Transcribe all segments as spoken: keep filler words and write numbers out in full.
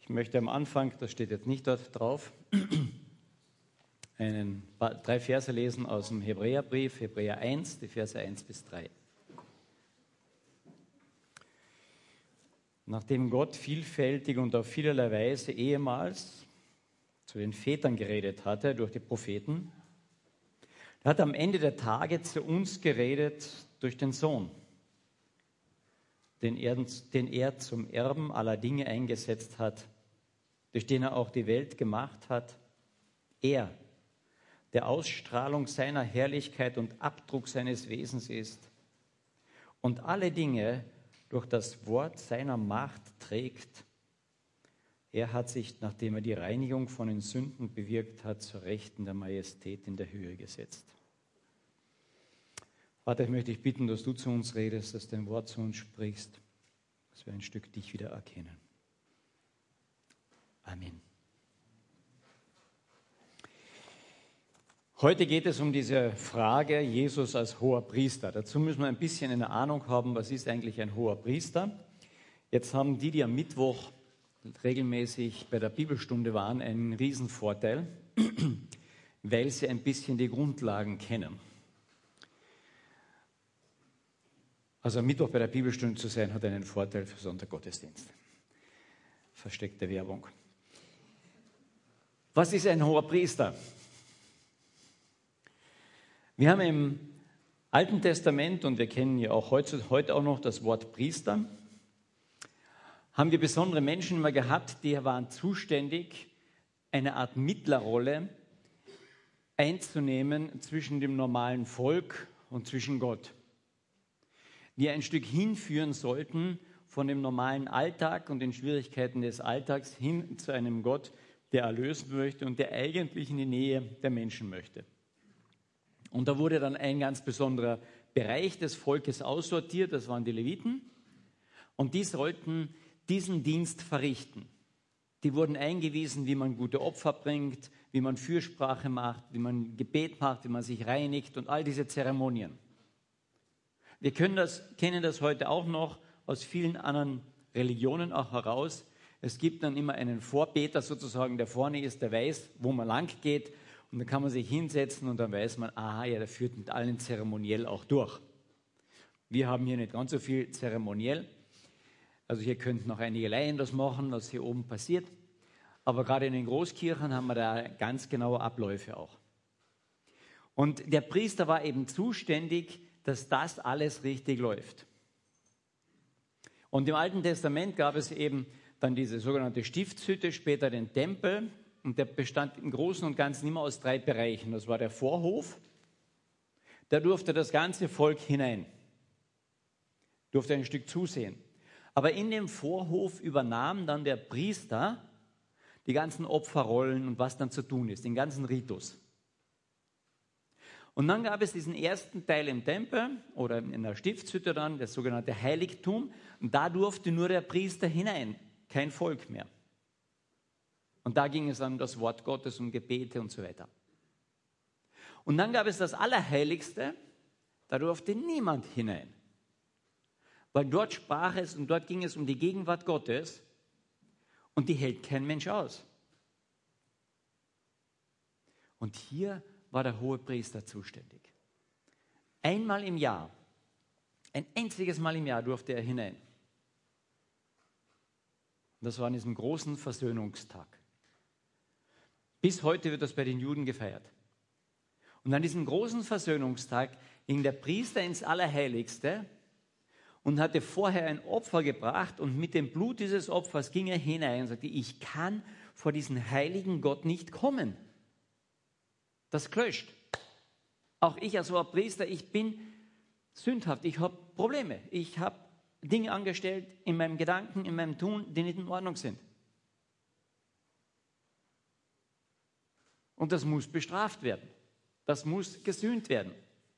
möchte am Anfang, das steht jetzt nicht dort drauf, einen, drei Verse lesen aus dem Hebräerbrief, Hebräer eins, die Verse eins bis drei. Nachdem Gott vielfältig und auf vielerlei Weise ehemals zu den Vätern geredet hatte durch die Propheten, er hat am Ende der Tage zu uns geredet durch den Sohn, den er, den er zum Erben aller Dinge eingesetzt hat, durch den er auch die Welt gemacht hat. Er, der Ausstrahlung seiner Herrlichkeit und Abdruck seines Wesens ist und alle Dinge durch das Wort seiner Macht trägt. Er hat sich, nachdem er die Reinigung von den Sünden bewirkt hat, zur Rechten der Majestät in der Höhe gesetzt. Vater, ich möchte dich bitten, dass du zu uns redest, dass dein Wort zu uns sprichst, dass wir ein Stück dich wieder erkennen. Amen. Heute geht es um diese Frage, Jesus als hoher Priester. Dazu müssen wir ein bisschen eine Ahnung haben, was ist eigentlich ein hoher Priester. Jetzt haben die, die am Mittwoch regelmäßig bei der Bibelstunde waren, einen Riesenvorteil, weil sie ein bisschen die Grundlagen kennen. Also am Mittwoch bei der Bibelstunde zu sein, hat einen Vorteil für Sonntaggottesdienst. Versteckte Werbung. Was ist ein hoher Priester? Wir haben im Alten Testament, und wir kennen ja auch heute, heute auch noch das Wort Priester, haben wir besondere Menschen immer gehabt, die waren zuständig, eine Art Mittlerrolle einzunehmen zwischen dem normalen Volk und zwischen Gott. Die ein Stück hinführen sollten von dem normalen Alltag und den Schwierigkeiten des Alltags hin zu einem Gott, der erlösen möchte und der eigentlich in die Nähe der Menschen möchte. Und da wurde dann ein ganz besonderer Bereich des Volkes aussortiert, das waren die Leviten. Und die sollten diesen Dienst verrichten. Die wurden eingewiesen, wie man gute Opfer bringt, wie man Fürsprache macht, wie man Gebet macht, wie man sich reinigt und all diese Zeremonien. Wir können das, kennen das heute auch noch aus vielen anderen Religionen auch heraus. Es gibt dann immer einen Vorbeter sozusagen, der vorne ist, der weiß, wo man lang geht. Und dann kann man sich hinsetzen und dann weiß man, aha, ja, der führt mit allen zeremoniell auch durch. Wir haben hier nicht ganz so viel zeremoniell. Also hier könnten noch einige Laien das machen, was hier oben passiert. Aber gerade in den Großkirchen haben wir da ganz genaue Abläufe auch. Und der Priester war eben zuständig, dass das alles richtig läuft. Und im Alten Testament gab es eben dann diese sogenannte Stiftshütte, später den Tempel. Und der bestand im Großen und Ganzen immer aus drei Bereichen. Das war der Vorhof, da durfte das ganze Volk hinein, durfte ein Stück zusehen. Aber in dem Vorhof übernahm dann der Priester die ganzen Opferrollen und was dann zu tun ist, den ganzen Ritus. Und dann gab es diesen ersten Teil im Tempel oder in der Stiftshütte dann, das sogenannte Heiligtum. Und da durfte nur der Priester hinein, kein Volk mehr. Und da ging es dann um das Wort Gottes, um Gebete und so weiter. Und dann gab es das Allerheiligste, da durfte niemand hinein. Weil dort sprach es und dort ging es um die Gegenwart Gottes und die hält kein Mensch aus. Und hier war der Hohepriester zuständig. Einmal im Jahr, ein einziges Mal im Jahr durfte er hinein. Das war an diesem großen Versöhnungstag. Bis heute wird das bei den Juden gefeiert. Und an diesem großen Versöhnungstag ging der Priester ins Allerheiligste und hatte vorher ein Opfer gebracht und mit dem Blut dieses Opfers ging er hinein und sagte, ich kann vor diesen heiligen Gott nicht kommen. Das klöscht. Auch ich als hoher Priester, ich bin sündhaft, ich habe Probleme. Ich habe Dinge angestellt in meinem Gedanken, in meinem Tun, die nicht in Ordnung sind. Und das muss bestraft werden. Das muss gesühnt werden.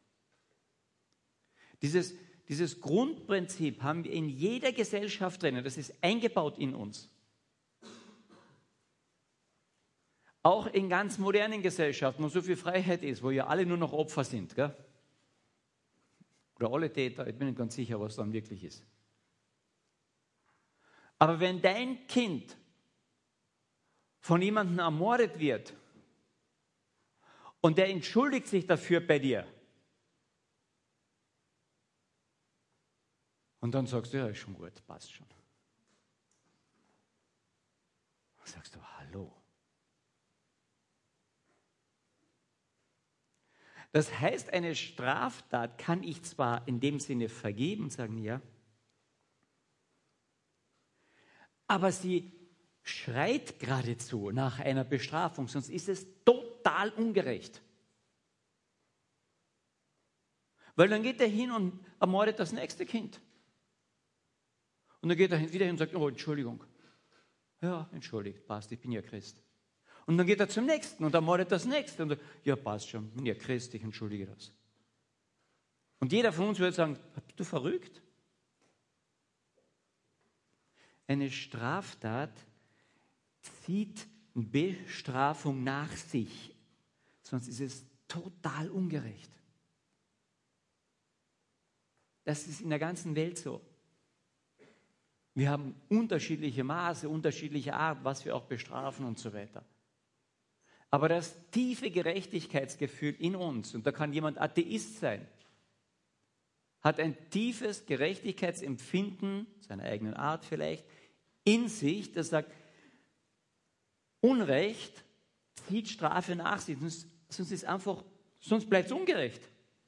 Dieses, dieses Grundprinzip haben wir in jeder Gesellschaft drin. Das ist eingebaut in uns. Auch in ganz modernen Gesellschaften, wo so viel Freiheit ist, wo ja alle nur noch Opfer sind. Gell? Oder alle Täter, ich bin nicht ganz sicher, was dann wirklich ist. Aber wenn dein Kind von jemandem ermordet wird und der entschuldigt sich dafür bei dir. Und dann sagst du, ja, ist schon gut, passt schon. Dann sagst du, hallo. Das heißt, eine Straftat kann ich zwar in dem Sinne vergeben, sagen ja, aber sie schreit geradezu nach einer Bestrafung, sonst ist es total ungerecht. Weil dann geht er hin und ermordet das nächste Kind. Und dann geht er wieder hin und sagt, oh, Entschuldigung. Ja, entschuldigt, passt, ich bin ja Christ. Und dann geht er zum nächsten und ermordet das nächste. Und sagt, ja, passt schon, ich bin ja Christ, ich entschuldige das. Und jeder von uns würde sagen, bist du verrückt? Eine Straftat zieht Bestrafung nach sich, sonst ist es total ungerecht. Das ist in der ganzen Welt so. Wir haben unterschiedliche Maße, unterschiedliche Art, was wir auch bestrafen und so weiter. Aber das tiefe Gerechtigkeitsgefühl in uns, und da kann jemand Atheist sein, hat ein tiefes Gerechtigkeitsempfinden, seiner eigenen Art vielleicht, in sich, das sagt, Unrecht zieht Strafe nach sich, sonst, sonst ist einfach, sonst bleibt es ungerecht.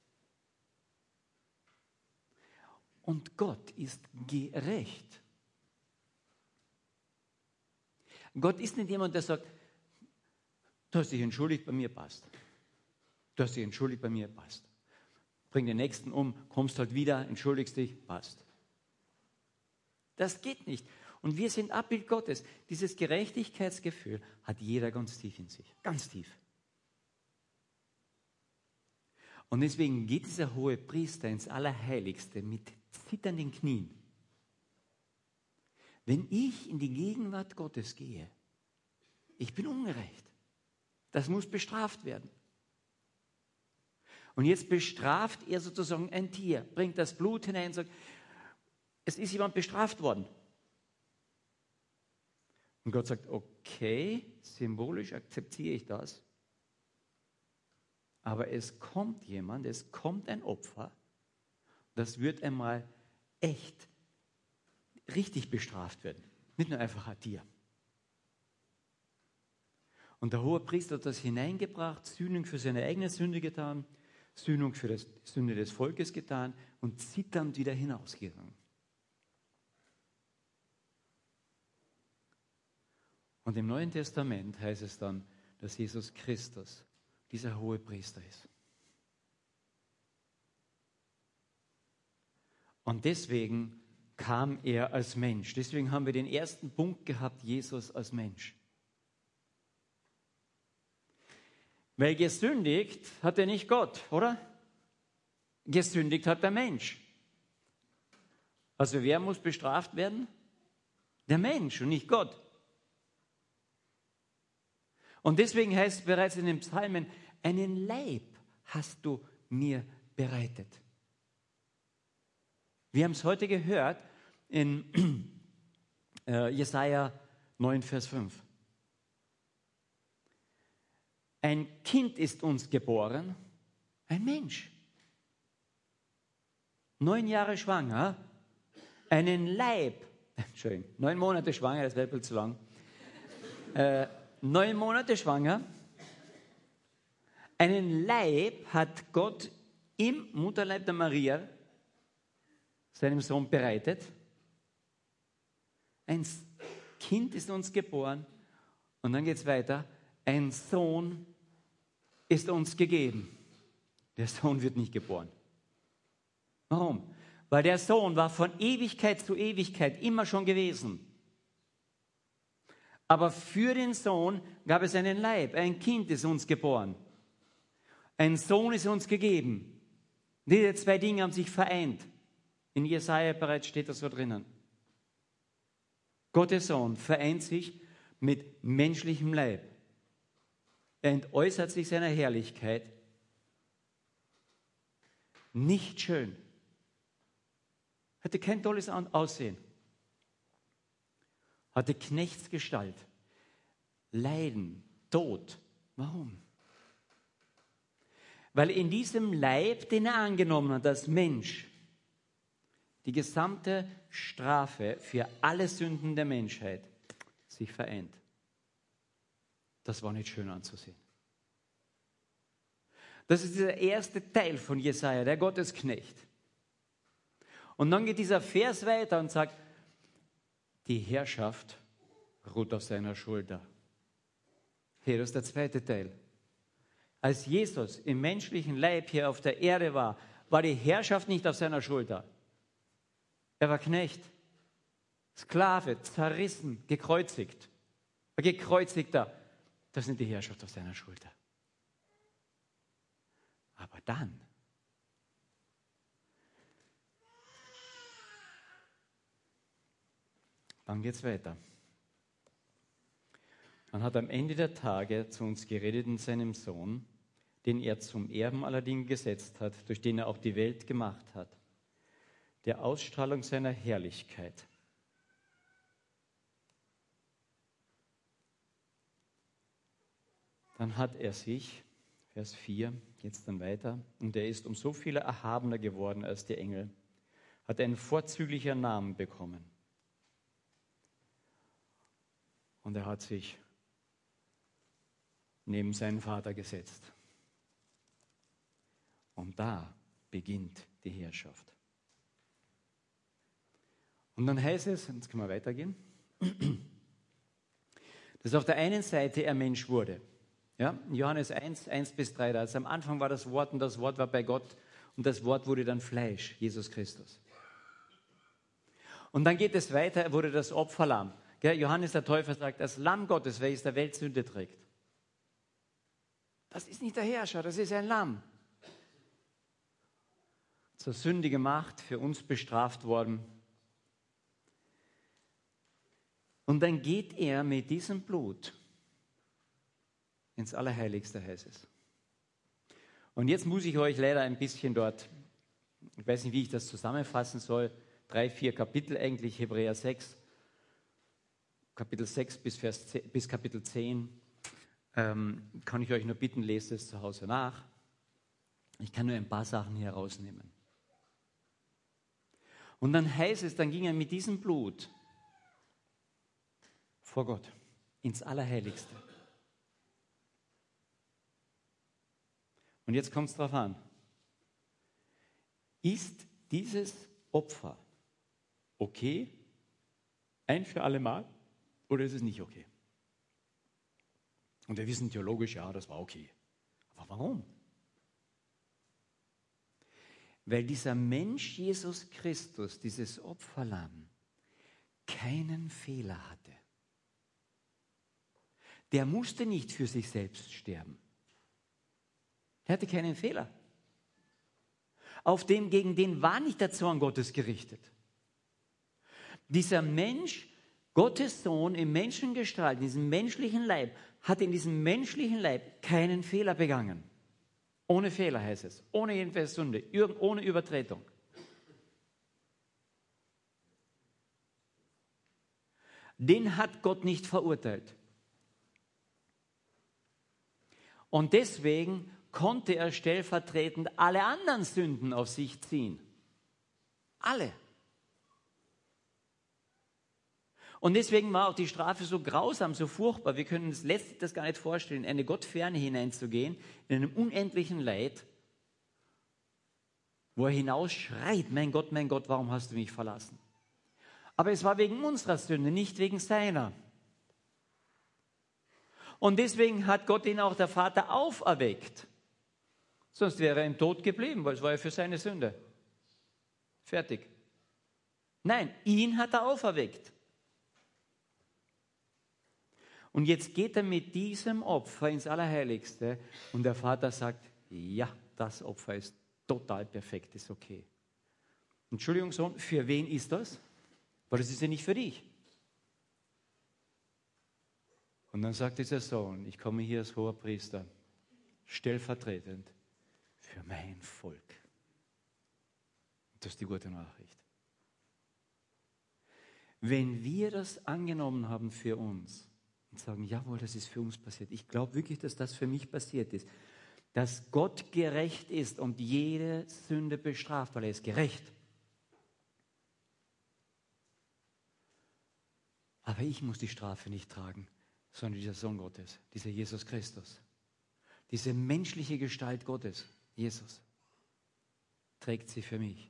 Und Gott ist gerecht. Gott ist nicht jemand, der sagt, du hast dich entschuldigt, bei mir passt. Du hast dich entschuldigt, bei mir passt. Bring den Nächsten um, kommst halt wieder, entschuldigst dich, passt. Das geht nicht. Und wir sind Abbild Gottes. Dieses Gerechtigkeitsgefühl hat jeder ganz tief in sich. Ganz tief. Und deswegen geht dieser hohe Priester ins Allerheiligste mit zitternden Knien. Wenn ich in die Gegenwart Gottes gehe, ich bin ungerecht. Das muss bestraft werden. Und jetzt bestraft er sozusagen ein Tier, bringt das Blut hinein und sagt, es ist jemand bestraft worden. Und Gott sagt, okay, symbolisch akzeptiere ich das, aber es kommt jemand, es kommt ein Opfer, das wird einmal echt, richtig bestraft werden. Nicht nur einfach ein Tier. Und der hohe Priester hat das hineingebracht, Sühnung für seine eigene Sünde getan, Sühnung für die Sünde des Volkes getan und zitternd wieder hinausgegangen. Und im Neuen Testament heißt es dann, dass Jesus Christus dieser hohe Priester ist. Und deswegen kam er als Mensch. Deswegen haben wir den ersten Punkt gehabt, Jesus als Mensch. Weil gesündigt hat er nicht Gott, oder? Gesündigt hat der Mensch. Also wer muss bestraft werden? Der Mensch und nicht Gott. Und deswegen heißt es bereits in den Psalmen, einen Leib hast du mir bereitet. Wir haben es heute gehört in äh, Jesaja neun, Vers fünf. Ein Kind ist uns geboren, ein Mensch. Neun Jahre schwanger, einen Leib, Entschuldigung, neun Monate schwanger, das wäre zu lang. Äh, neun Monate schwanger, einen Leib hat Gott im Mutterleib der Maria, seinem Sohn, bereitet. Ein Kind ist uns geboren und dann geht es weiter. Ein Sohn ist uns gegeben. Der Sohn wird nicht geboren. Warum? Weil der Sohn war von Ewigkeit zu Ewigkeit immer schon gewesen. Aber für den Sohn gab es einen Leib. Ein Kind ist uns geboren. Ein Sohn ist uns gegeben. Diese zwei Dinge haben sich vereint. In Jesaja bereits steht das so drinnen. Gottes Sohn vereint sich mit menschlichem Leib. Er entäußert sich seiner Herrlichkeit. Nicht schön. Hatte kein tolles Aussehen. Hatte Knechtsgestalt. Leiden, Tod. Warum? Weil in diesem Leib, den er angenommen hat als Mensch, die gesamte Strafe für alle Sünden der Menschheit sich vereint. Das war nicht schön anzusehen. Das ist der erste Teil von Jesaja, der Gottesknecht. Und dann geht dieser Vers weiter und sagt, die Herrschaft ruht auf seiner Schulter. Hier, das ist der zweite Teil. Als Jesus im menschlichen Leib hier auf der Erde war, war die Herrschaft nicht auf seiner Schulter. Er war Knecht, Sklave, zerrissen, gekreuzigt. Ein Gekreuzigter, das sind die Herrschaft auf seiner Schulter. Aber dann, dann geht es weiter. Man hat am Ende der Tage zu uns geredet in seinem Sohn, den er zum Erben aller Dinge gesetzt hat, durch den er auch die Welt gemacht hat, der Ausstrahlung seiner Herrlichkeit. Dann hat er sich, Vers vier, jetzt dann weiter, und er ist um so viel erhabener geworden als die Engel, hat einen vorzüglicher Namen bekommen. Und er hat sich neben seinen Vater gesetzt. Und da beginnt die Herrschaft. Und dann heißt es, jetzt können wir weitergehen, dass auf der einen Seite er Mensch wurde. Ja, Johannes eins, eins bis drei, also am Anfang war das Wort und das Wort war bei Gott und das Wort wurde dann Fleisch, Jesus Christus. Und dann geht es weiter, er wurde das Opferlamm. Gell? Johannes der Täufer sagt, das Lamm Gottes, welches der Welt Sünde trägt. Das ist nicht der Herrscher, das ist ein Lamm. Zur Sünde gemacht, für uns bestraft worden. Und dann geht er mit diesem Blut ins Allerheiligste, heißt es. Und jetzt muss ich euch leider ein bisschen dort, ich weiß nicht, wie ich das zusammenfassen soll, drei, vier Kapitel eigentlich, Hebräer sechs, Kapitel sechs bis, Vers zehn, bis Kapitel zehn, ähm, kann ich euch nur bitten, lest es zu Hause nach. Ich kann nur ein paar Sachen hier rausnehmen. Und dann heißt es, dann ging er mit diesem Blut vor Gott ins Allerheiligste. Und jetzt kommt es darauf an. Ist dieses Opfer okay, ein für alle Mal, oder ist es nicht okay? Und wir wissen theologisch, ja, das war okay. Aber warum? Weil dieser Mensch Jesus Christus, dieses Opferlamm, keinen Fehler hatte. Der musste nicht für sich selbst sterben. Er hatte keinen Fehler. Auf den, gegen den war nicht der Zorn Gottes gerichtet. Dieser Mensch, Gottes Sohn im Menschengestalt, in diesem menschlichen Leib, hat in diesem menschlichen Leib keinen Fehler begangen. Ohne Fehler heißt es, ohne jede Sünde, ohne Übertretung. Den hat Gott nicht verurteilt. Und deswegen konnte er stellvertretend alle anderen Sünden auf sich ziehen. Alle. Und deswegen war auch die Strafe so grausam, so furchtbar. Wir können uns letztlich das gar nicht vorstellen, in eine Gottferne hineinzugehen, in einem unendlichen Leid, wo er hinausschreit, mein Gott, mein Gott, warum hast du mich verlassen? Aber es war wegen unserer Sünde, nicht wegen seiner. Und deswegen hat Gott ihn auch der Vater auferweckt. Sonst wäre er im Tod geblieben, weil es war ja für seine Sünde. Fertig. Nein, ihn hat er auferweckt. Und jetzt geht er mit diesem Opfer ins Allerheiligste und der Vater sagt, ja, das Opfer ist total perfekt, ist okay. Entschuldigung, Sohn, für wen ist das? Weil das ist ja nicht für dich. Und dann sagt dieser Sohn, ich komme hier als hoher Priester, stellvertretend für mein Volk. Das ist die gute Nachricht. Wenn wir das angenommen haben für uns, und sagen, jawohl, das ist für uns passiert. Ich glaube wirklich, dass das für mich passiert ist. Dass Gott gerecht ist und jede Sünde bestraft, weil er ist gerecht. Aber ich muss die Strafe nicht tragen, sondern dieser Sohn Gottes, dieser Jesus Christus. Diese menschliche Gestalt Gottes, Jesus, trägt sie für mich.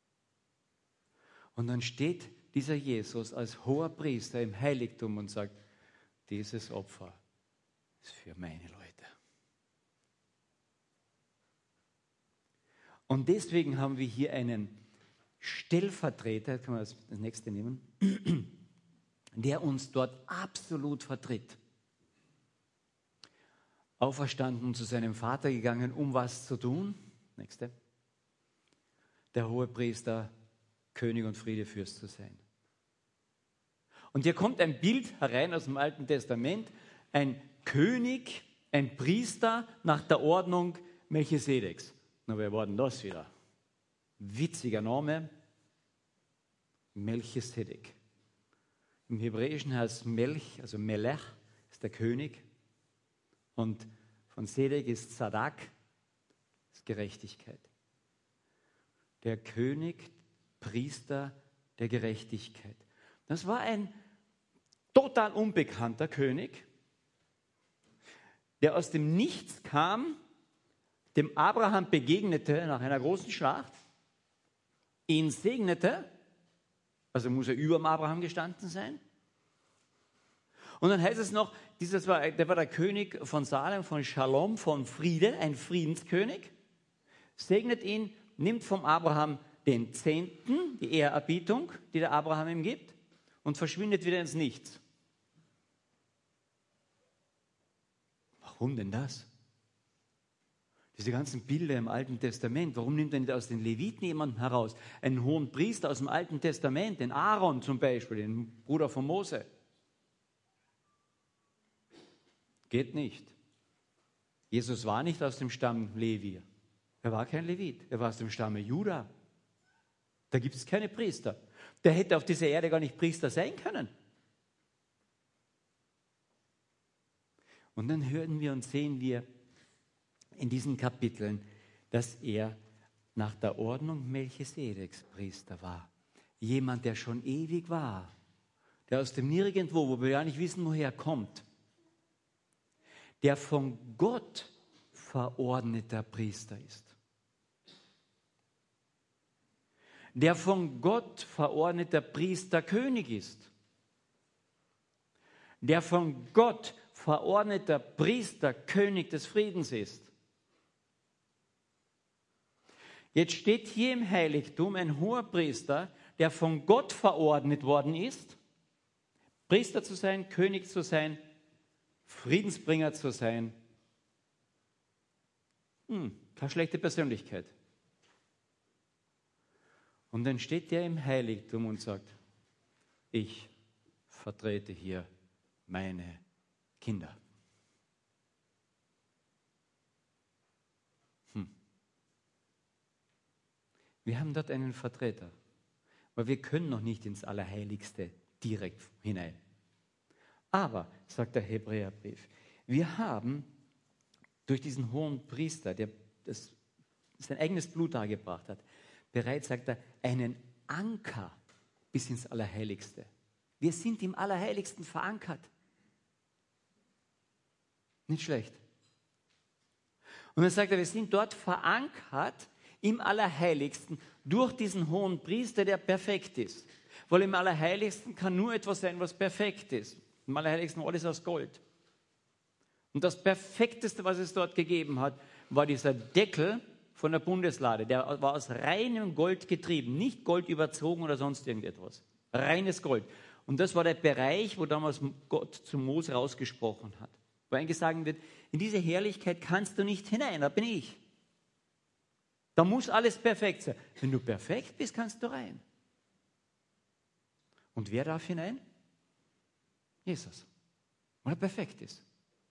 Und dann steht dieser Jesus als hoher Priester im Heiligtum und sagt, dieses Opfer ist für meine Leute. Und deswegen haben wir hier einen Stellvertreter, kann man das nächste nehmen, der uns dort absolut vertritt. Auferstanden und zu seinem Vater gegangen, um was zu tun. Nächste. Der Hohepriester, König und Friedefürst zu sein. Und hier kommt ein Bild herein aus dem Alten Testament. Ein König, ein Priester nach der Ordnung Melchisedeks. Na, wer war denn das wieder? Witziger Name. Melchisedek. Im Hebräischen heißt Melch, also Melech, ist der König. Und von Sedek ist Zadak, ist Gerechtigkeit. Der König, Priester der Gerechtigkeit. Das war ein total unbekannter König, der aus dem Nichts kam, dem Abraham begegnete nach einer großen Schlacht, ihn segnete, also muss er über dem Abraham gestanden sein. Und dann heißt es noch, dieses war, der war der König von Salem, von Shalom, von Friede, ein Friedenskönig, segnet ihn, nimmt vom Abraham den Zehnten, die Ehrerbietung, die der Abraham ihm gibt, und verschwindet wieder ins Nichts. Warum denn das? Diese ganzen Bilder im Alten Testament, warum nimmt er nicht aus den Leviten jemanden heraus? Einen hohen Priester aus dem Alten Testament, den Aaron zum Beispiel, den Bruder von Mose. Geht nicht. Jesus war nicht aus dem Stamm Levi. Er war kein Levit, er war aus dem Stamme Juda. Da gibt es keine Priester. Der hätte auf dieser Erde gar nicht Priester sein können. Und dann hören wir und sehen wir in diesen Kapiteln, dass er nach der Ordnung Melchisedeks Priester war. Jemand, der schon ewig war, der aus dem Nirgendwo, wo wir ja nicht wissen, woher er kommt, der von Gott verordneter Priester ist. Der von Gott verordneter Priester König ist. Der von Gott verordneter Priester König des Friedens ist. Jetzt steht hier im Heiligtum ein hoher Priester, der von Gott verordnet worden ist, Priester zu sein, König zu sein, Friedensbringer zu sein. Hm, keine schlechte Persönlichkeit. Und dann steht der im Heiligtum und sagt, ich vertrete hier meine Kinder. Hm. Wir haben dort einen Vertreter, weil wir können noch nicht ins Allerheiligste direkt hinein. Aber, sagt der Hebräerbrief, wir haben durch diesen hohen Priester, der das, sein eigenes Blut dargebracht hat, bereits, sagt er, einen Anker bis ins Allerheiligste. Wir sind im Allerheiligsten verankert. Nicht schlecht. Und dann sagt er, wir sind dort verankert im Allerheiligsten durch diesen hohen Priester, der perfekt ist. Weil im Allerheiligsten kann nur etwas sein, was perfekt ist. Im Allerheiligsten alles aus Gold. Und das Perfekteste, was es dort gegeben hat, war dieser Deckel von der Bundeslade. Der war aus reinem Gold getrieben, nicht Gold überzogen oder sonst irgendetwas. Reines Gold. Und das war der Bereich, wo damals Gott zu Mose rausgesprochen hat. Wo eigentlich sagen wird, in diese Herrlichkeit kannst du nicht hinein, da bin ich. Da muss alles perfekt sein. Wenn du perfekt bist, kannst du rein. Und wer darf hinein? Jesus. Weil er perfekt ist.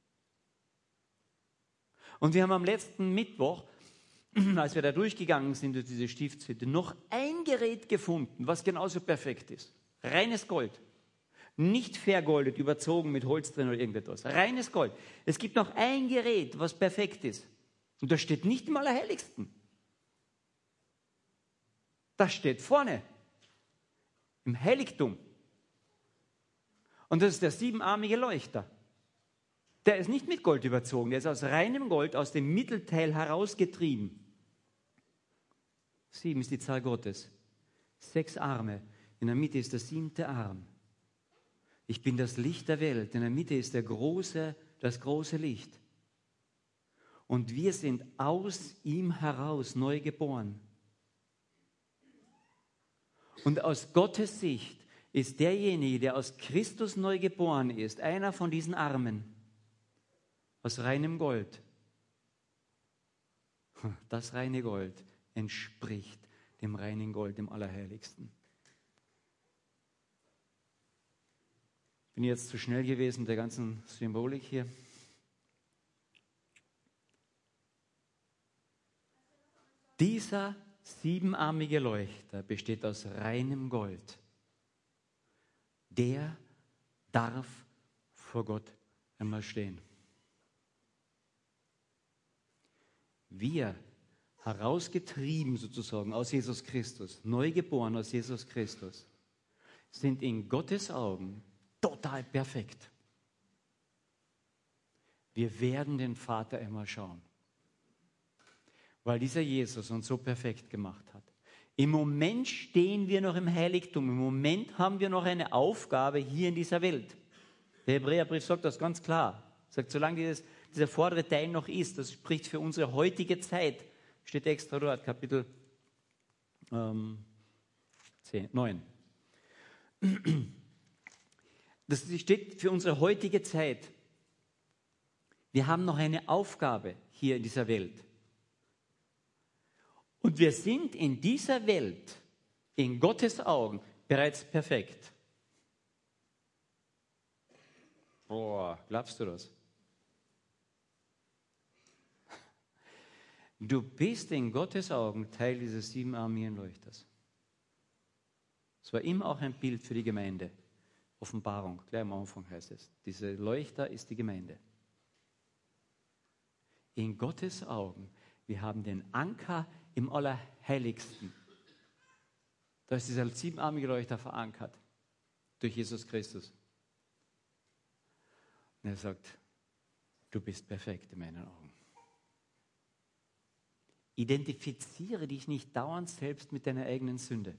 Und wir haben am letzten Mittwoch, als wir da durchgegangen sind durch diese Stiftshütte, noch ein Gerät gefunden, was genauso perfekt ist. Reines Gold. Nicht vergoldet, überzogen mit Holz drin oder irgendetwas. Reines Gold. Es gibt noch ein Gerät, was perfekt ist. Und das steht nicht im Allerheiligsten. Das steht vorne. Im Heiligtum. Und das ist der siebenarmige Leuchter. Der ist nicht mit Gold überzogen, der ist aus reinem Gold aus dem Mittelteil herausgetrieben. Sieben ist die Zahl Gottes. Sechs Arme. In der Mitte ist der siebte Arm. Ich bin das Licht der Welt. In der Mitte ist der große, das große Licht. Und wir sind aus ihm heraus neu geboren. Und aus Gottes Sicht ist derjenige, der aus Christus neu geboren ist, einer von diesen Armen aus reinem Gold. Das reine Gold entspricht dem reinen Gold, dem Allerheiligsten. Bin ich jetzt zu schnell gewesen mit der ganzen Symbolik hier? Dieser siebenarmige Leuchter besteht aus reinem Gold. Der darf vor Gott einmal stehen. Wir, herausgetrieben sozusagen aus Jesus Christus, neu geboren aus Jesus Christus, sind in Gottes Augen total perfekt. Wir werden den Vater einmal schauen, weil dieser Jesus uns so perfekt gemacht hat. Im Moment stehen wir noch im Heiligtum. Im Moment haben wir noch eine Aufgabe hier in dieser Welt. Der Hebräerbrief sagt das ganz klar. Er sagt, solange dieses, dieser vordere Teil noch ist, das spricht für unsere heutige Zeit, steht extra dort, Kapitel ähm, zehn, neun. Das steht für unsere heutige Zeit. Wir haben noch eine Aufgabe hier in dieser Welt. Und wir sind in dieser Welt, in Gottes Augen, bereits perfekt. Boah, glaubst du das? Du bist in Gottes Augen Teil dieses siebenarmigen Leuchters. Es war immer auch ein Bild für die Gemeinde. Offenbarung, gleich am Anfang heißt es. Dieser Leuchter ist die Gemeinde. In Gottes Augen, wir haben den Anker im Allerheiligsten. Da ist dieser siebenarmige Leuchter verankert durch Jesus Christus. Und er sagt, du bist perfekt in meinen Augen. Identifiziere dich nicht dauernd selbst mit deiner eigenen Sünde.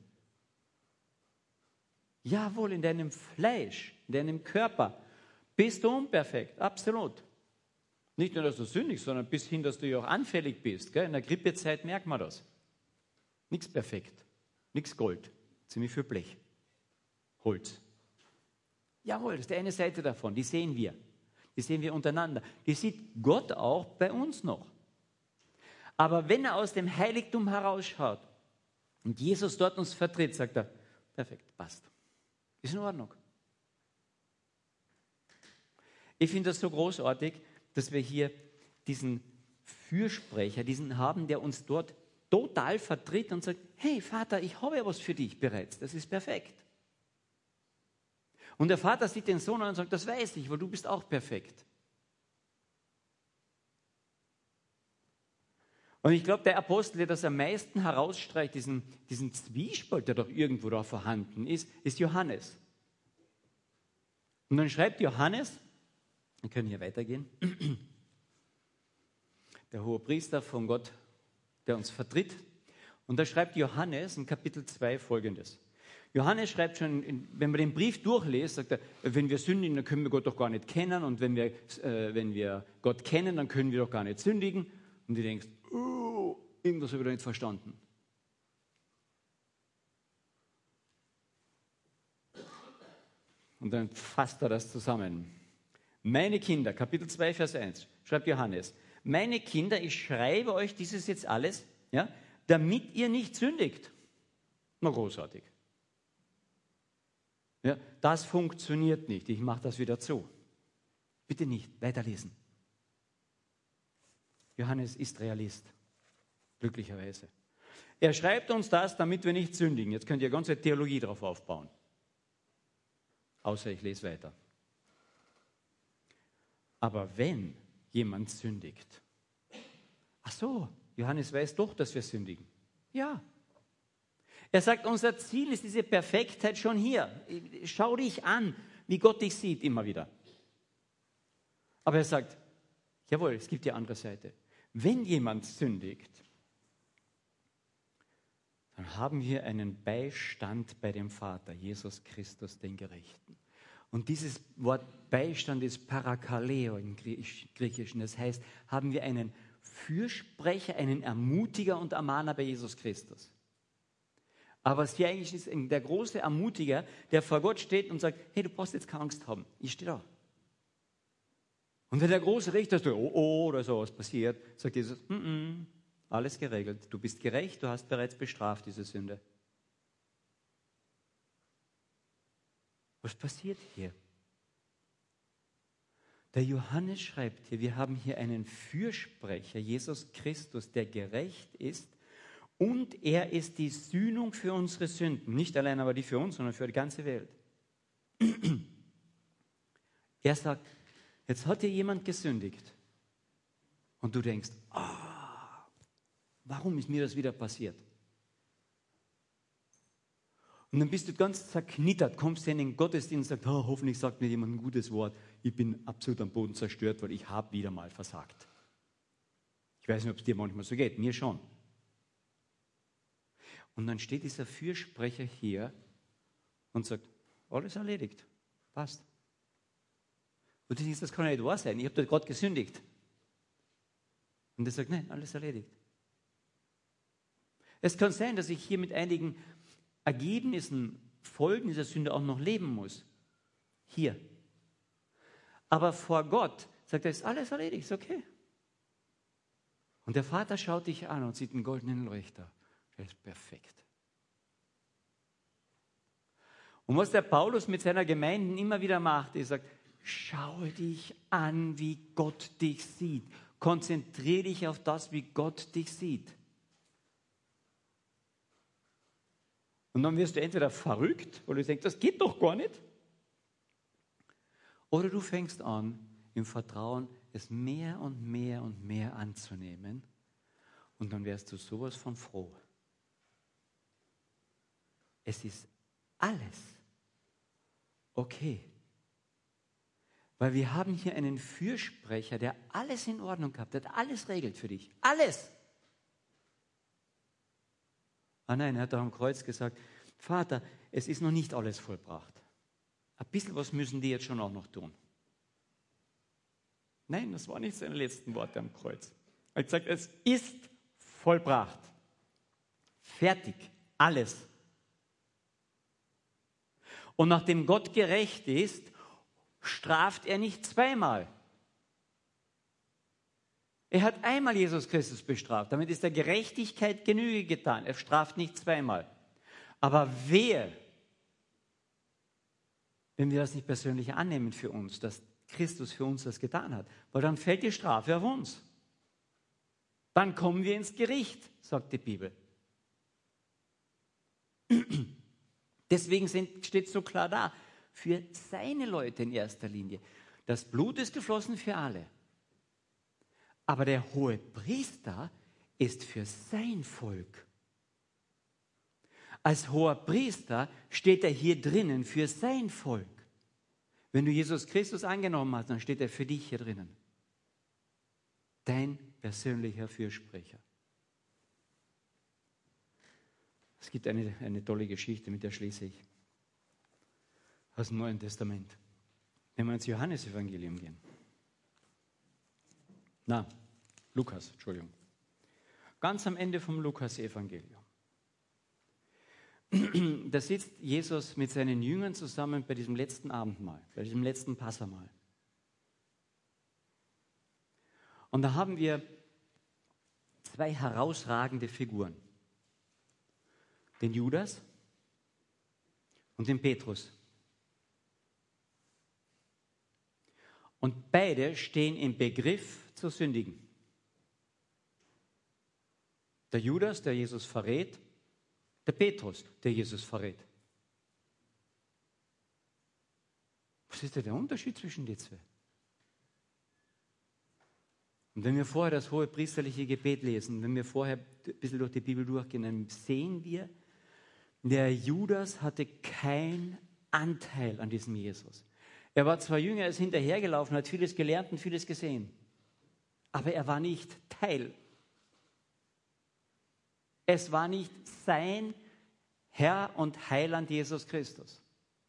Jawohl, in deinem Fleisch, in deinem Körper bist du unperfekt, absolut. Nicht nur, dass du sündig, sondern bis hin, dass du ja auch anfällig bist. Gell? In der Grippezeit merkt man das. Nichts perfekt, nichts Gold, ziemlich viel Blech, Holz. Jawohl, das ist die eine Seite davon, die sehen wir. Die sehen wir untereinander. Die sieht Gott auch bei uns noch. Aber wenn er aus dem Heiligtum herausschaut und Jesus dort uns vertritt, sagt er, perfekt, passt. Ist in Ordnung. Ich finde das so großartig, dass wir hier diesen Fürsprecher, diesen haben, der uns dort total vertritt und sagt, hey Vater, ich habe ja was für dich bereits, das ist perfekt. Und der Vater sieht den Sohn an und sagt, das weiß ich, weil du bist auch perfekt. Und ich glaube, der Apostel, der das am meisten herausstreicht, diesen, diesen Zwiespalt, der doch irgendwo da vorhanden ist, ist Johannes. Und dann schreibt Johannes, wir können hier weitergehen, der Hohepriester von Gott, der uns vertritt. Und da schreibt Johannes in Kapitel zwei Folgendes. Johannes schreibt schon, wenn man den Brief durchliest, sagt er, wenn wir sündigen, dann können wir Gott doch gar nicht kennen. Und wenn wir, äh, wenn wir Gott kennen, dann können wir doch gar nicht sündigen. Und du denkst, oh, irgendwas habe ich da nicht verstanden. Und dann fasst er das zusammen. Meine Kinder, Kapitel zwei, Vers eins, schreibt Johannes, meine Kinder, ich schreibe euch dieses jetzt alles, ja, damit ihr nicht sündigt. Na, großartig. Ja, das funktioniert nicht. Ich mache das wieder zu. Bitte nicht, weiterlesen. Johannes ist Realist, glücklicherweise. Er schreibt uns das, damit wir nicht sündigen. Jetzt könnt ihr ganze Theologie darauf aufbauen. außer ich lese weiter. Aber wenn jemand sündigt, ach so, Johannes weiß doch, dass wir sündigen. Ja. Er sagt, unser Ziel ist diese Perfektheit schon hier. Schau dich an, wie Gott dich sieht, immer wieder. Aber er sagt, jawohl, es gibt die andere Seite. Wenn jemand sündigt, dann haben wir einen Beistand bei dem Vater, Jesus Christus, den Gerechten. Und dieses Wort Beistand ist Parakaleo im Griechischen. Das heißt, haben wir einen Fürsprecher, einen Ermutiger und Ermahner bei Jesus Christus. Aber was hier eigentlich ist, der große Ermutiger, der vor Gott steht und sagt, hey, du brauchst jetzt keine Angst haben, ich stehe da. Und wenn der große Richter sagt, oh, oh, oder so was passiert, sagt Jesus, mm -mm, alles geregelt, du bist gerecht, du hast bereits bestraft diese Sünde. Was passiert hier? Der Johannes schreibt hier, wir haben hier einen Fürsprecher, Jesus Christus, der gerecht ist und er ist die Sühnung für unsere Sünden. Nicht allein aber die für uns, sondern für die ganze Welt. Er sagt, jetzt hat dir jemand gesündigt und du denkst, ah, warum ist mir das wieder passiert? Und dann bist du ganz zerknittert, kommst in den Gottesdienst und sagst, oh, hoffentlich sagt mir jemand ein gutes Wort. Ich bin absolut am Boden zerstört, weil ich habe wieder mal versagt. Ich weiß nicht, ob es dir manchmal so geht, mir schon. Und dann steht dieser Fürsprecher hier und sagt, alles erledigt, passt. Und du denkst, das kann ja nicht wahr sein, ich habe da gerade gesündigt. Und er sagt, nein, alles erledigt. Es kann sein, dass ich hier mit einigen Ergebnissen, Folgen dieser Sünde auch noch leben muss. Hier. Aber vor Gott sagt er, ist alles erledigt, ist okay. Und der Vater schaut dich an und sieht einen goldenen Leuchter. Der ist perfekt. Und was der Paulus mit seiner Gemeinde immer wieder macht, ist, sagt, schau dich an, wie Gott dich sieht. Konzentriere dich auf das, wie Gott dich sieht. Und dann wirst du entweder verrückt, weil du denkst, das geht doch gar nicht. Oder du fängst an, im Vertrauen es mehr und mehr und mehr anzunehmen. Und dann wärst du sowas von froh. Es ist alles okay. Weil wir haben hier einen Fürsprecher, der alles in Ordnung gehabt hat, alles regelt für dich. Alles. Ah nein, er hat doch am Kreuz gesagt, Vater, es ist noch nicht alles vollbracht. Ein bisschen was müssen die jetzt schon auch noch tun. Nein, das waren nicht seine letzten Worte am Kreuz. Er hat gesagt, es ist vollbracht. Fertig. Alles. Und nachdem Gott gerecht ist, straft er nicht zweimal. Er hat einmal Jesus Christus bestraft. Damit ist der Gerechtigkeit Genüge getan. Er straft nicht zweimal. Aber wer, wenn wir das nicht persönlich annehmen für uns, dass Christus für uns das getan hat, weil dann fällt die Strafe auf uns. Dann kommen wir ins Gericht, sagt die Bibel. Deswegen sind, steht so klar da, für seine Leute in erster Linie. Das Blut ist geflossen für alle. Aber der hohe Priester ist für sein Volk. Als hoher Priester steht er hier drinnen für sein Volk. Wenn du Jesus Christus angenommen hast, dann steht er für dich hier drinnen. Dein persönlicher Fürsprecher. Es gibt eine, eine tolle Geschichte, mit der schließe ich. Aus dem Neuen Testament. Wenn wir ins Johannesevangelium gehen. Na, Lukas, Entschuldigung. Ganz am Ende vom Lukas-Evangelium. Da sitzt Jesus mit seinen Jüngern zusammen bei diesem letzten Abendmahl, bei diesem letzten Passamahl. Und da haben wir zwei herausragende Figuren. Den Judas und den Petrus. Und beide stehen im Begriff zu sündigen. Der Judas, der Jesus verrät, der Petrus, der Jesus verrät. Was ist denn der Unterschied zwischen den zwei? Und wenn wir vorher das hohe priesterliche Gebet lesen, wenn wir vorher ein bisschen durch die Bibel durchgehen, dann sehen wir, der Judas hatte keinen Anteil an diesem Jesus. Er war zwar jünger, er ist hinterhergelaufen, hat vieles gelernt und vieles gesehen, aber er war nicht Teil. Es war nicht sein Herr und Heiland Jesus Christus.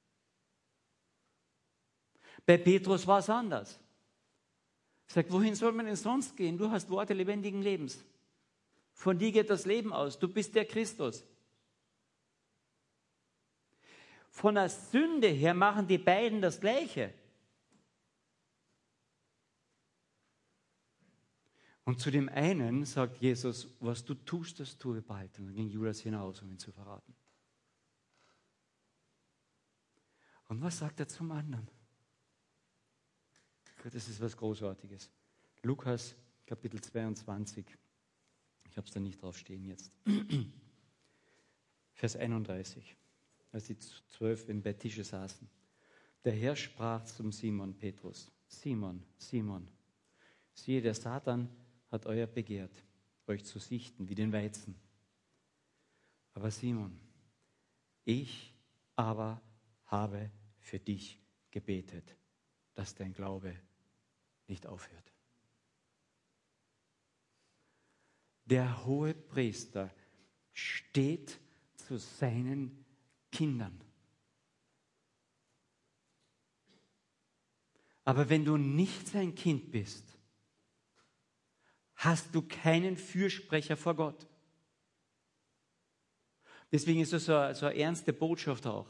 Bei Petrus war es anders. Er sagt, wohin soll man denn sonst gehen? Du hast Worte lebendigen Lebens. Von dir geht das Leben aus. Du bist der Christus. Von der Sünde her machen die beiden das Gleiche. Und zu dem einen sagt Jesus, was du tust, das tue bald. Und dann ging Judas hinaus, um ihn zu verraten. Und was sagt er zum anderen? Das ist was Großartiges. Lukas, Kapitel zweiundzwanzig. Ich habe es da nicht drauf stehen jetzt. Vers einunddreißig. Als die zwölf bei Tische saßen. Der Herr sprach zum Simon Petrus: Simon, Simon, siehe, der Satan hat euer begehrt, euch zu sichten wie den Weizen. Aber Simon, ich aber habe für dich gebetet, dass dein Glaube nicht aufhört. Der Hohepriester steht zu seinen Kindern. Aber wenn du nicht sein Kind bist, hast du keinen Fürsprecher vor Gott. Deswegen ist das so eine, so eine ernste Botschaft auch.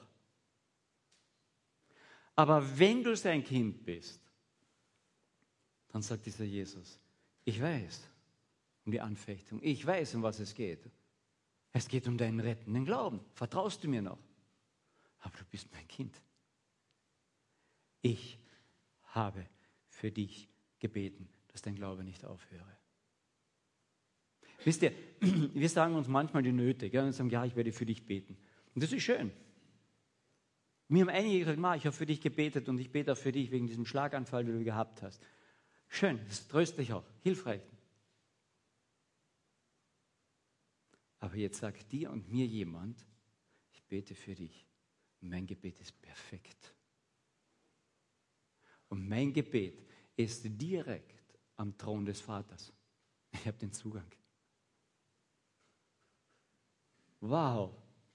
Aber wenn du sein Kind bist, dann sagt dieser Jesus, ich weiß um die Anfechtung, ich weiß, um was es geht. Es geht um deinen rettenden Glauben. Vertraust du mir noch? Aber du bist mein Kind. Ich habe für dich gebeten, dass dein Glaube nicht aufhöre. Wisst ihr, wir sagen uns manchmal die Nöte, gell, und sagen, ja, ich werde für dich beten. Und das ist schön. Mir haben einige gesagt, Ma, ich habe für dich gebetet und ich bete auch für dich wegen diesem Schlaganfall, den du gehabt hast. Schön, das ist tröstlich auch, hilfreich. Aber jetzt sagt dir und mir jemand, ich bete für dich. Und mein Gebet ist perfekt. Und mein Gebet ist direkt am Thron des Vaters. Ich habe den Zugang. Wow.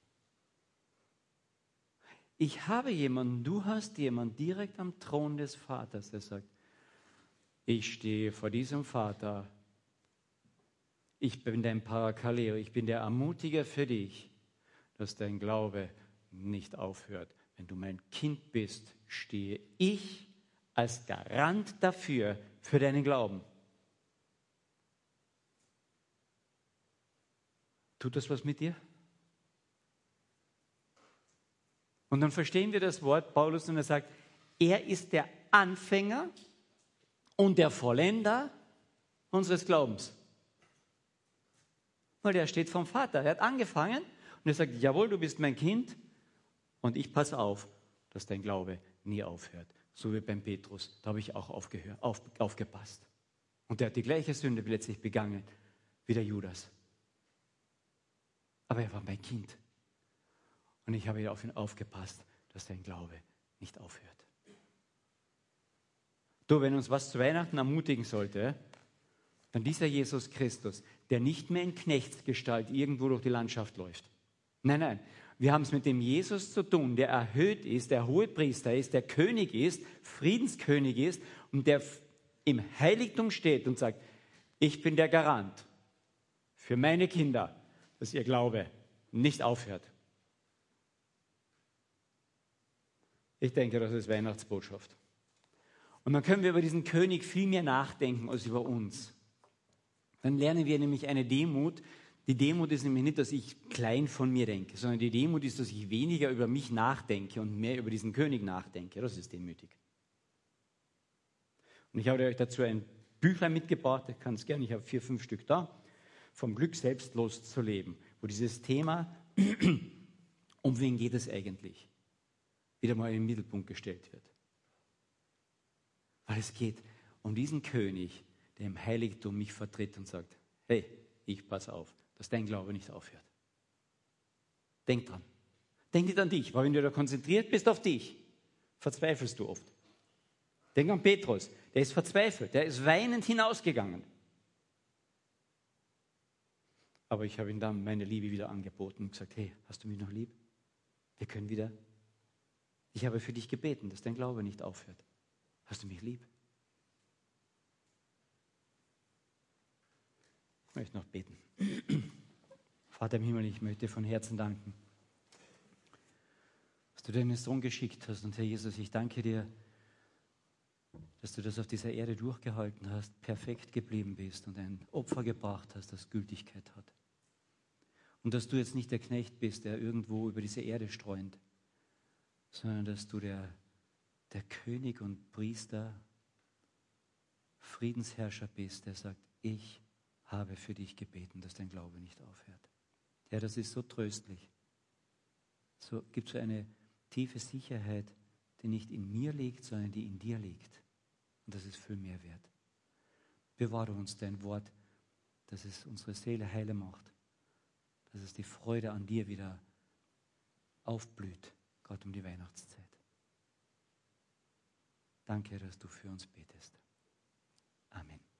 Ich habe jemanden, du hast jemanden direkt am Thron des Vaters, der sagt, ich stehe vor diesem Vater, ich bin dein Parakaleo, ich bin der Ermutiger für dich, dass dein Glaube nicht aufhört. Wenn du mein Kind bist, stehe ich als Garant dafür, für deinen Glauben. Tut das was mit dir? Und dann verstehen wir das Wort Paulus und er sagt, er ist der Anfänger und der Vollender unseres Glaubens. Weil der steht vom Vater. Er hat angefangen und er sagt, jawohl, du bist mein Kind und ich passe auf, dass dein Glaube nie aufhört. So wie beim Petrus, da habe ich auch aufgehört, auf, aufgepasst. Und der hat die gleiche Sünde plötzlich begangen wie der Judas. Aber er war mein Kind. Und ich habe auf ihn aufgepasst, dass sein Glaube nicht aufhört. Du, wenn uns was zu Weihnachten ermutigen sollte, dann dieser Jesus Christus, der nicht mehr in Knechtsgestalt irgendwo durch die Landschaft läuft. Nein, nein, wir haben es mit dem Jesus zu tun, der erhöht ist, der Hohepriester ist, der König ist, Friedenskönig ist und der im Heiligtum steht und sagt, ich bin der Garant für meine Kinder, dass ihr Glaube nicht aufhört. Ich denke, das ist Weihnachtsbotschaft. Und dann können wir über diesen König viel mehr nachdenken als über uns. Dann lernen wir nämlich eine Demut. Die Demut ist nämlich nicht, dass ich klein von mir denke, sondern die Demut ist, dass ich weniger über mich nachdenke und mehr über diesen König nachdenke. Das ist demütig. Und ich habe euch dazu ein Büchlein mitgebracht, ich kann es gerne, ich habe vier, fünf Stück da, vom Glück selbstlos zu leben, wo dieses Thema, um wen geht es eigentlich, wieder mal in den Mittelpunkt gestellt wird. Weil es geht um diesen König, der im Heiligtum mich vertritt und sagt, hey, ich pass auf, dass dein Glaube nicht aufhört. Denk dran. Denk nicht an dich, weil wenn du da konzentriert bist auf dich, verzweifelst du oft. Denk an Petrus, der ist verzweifelt, der ist weinend hinausgegangen. Aber ich habe ihm dann meine Liebe wieder angeboten und gesagt, hey, hast du mich noch lieb? Wir können wieder. Ich habe für dich gebeten, dass dein Glaube nicht aufhört. Hast du mich lieb? Ich möchte noch beten. Vater im Himmel, ich möchte dir von Herzen danken, dass du deinen Sohn geschickt hast. Und Herr Jesus, ich danke dir, dass du das auf dieser Erde durchgehalten hast, perfekt geblieben bist und ein Opfer gebracht hast, das Gültigkeit hat. Und dass du jetzt nicht der Knecht bist, der irgendwo über diese Erde streunt, sondern dass du der, der König und Priester, Friedensherrscher bist, der sagt, ich habe für dich gebeten, dass dein Glaube nicht aufhört. Ja, das ist so tröstlich. So gibt es eine tiefe Sicherheit, die nicht in mir liegt, sondern die in dir liegt. Und das ist viel mehr wert. Bewahre uns dein Wort, dass es unsere Seele heile macht, dass es die Freude an dir wieder aufblüht, gerade um die Weihnachtszeit. Danke, dass du für uns betest. Amen.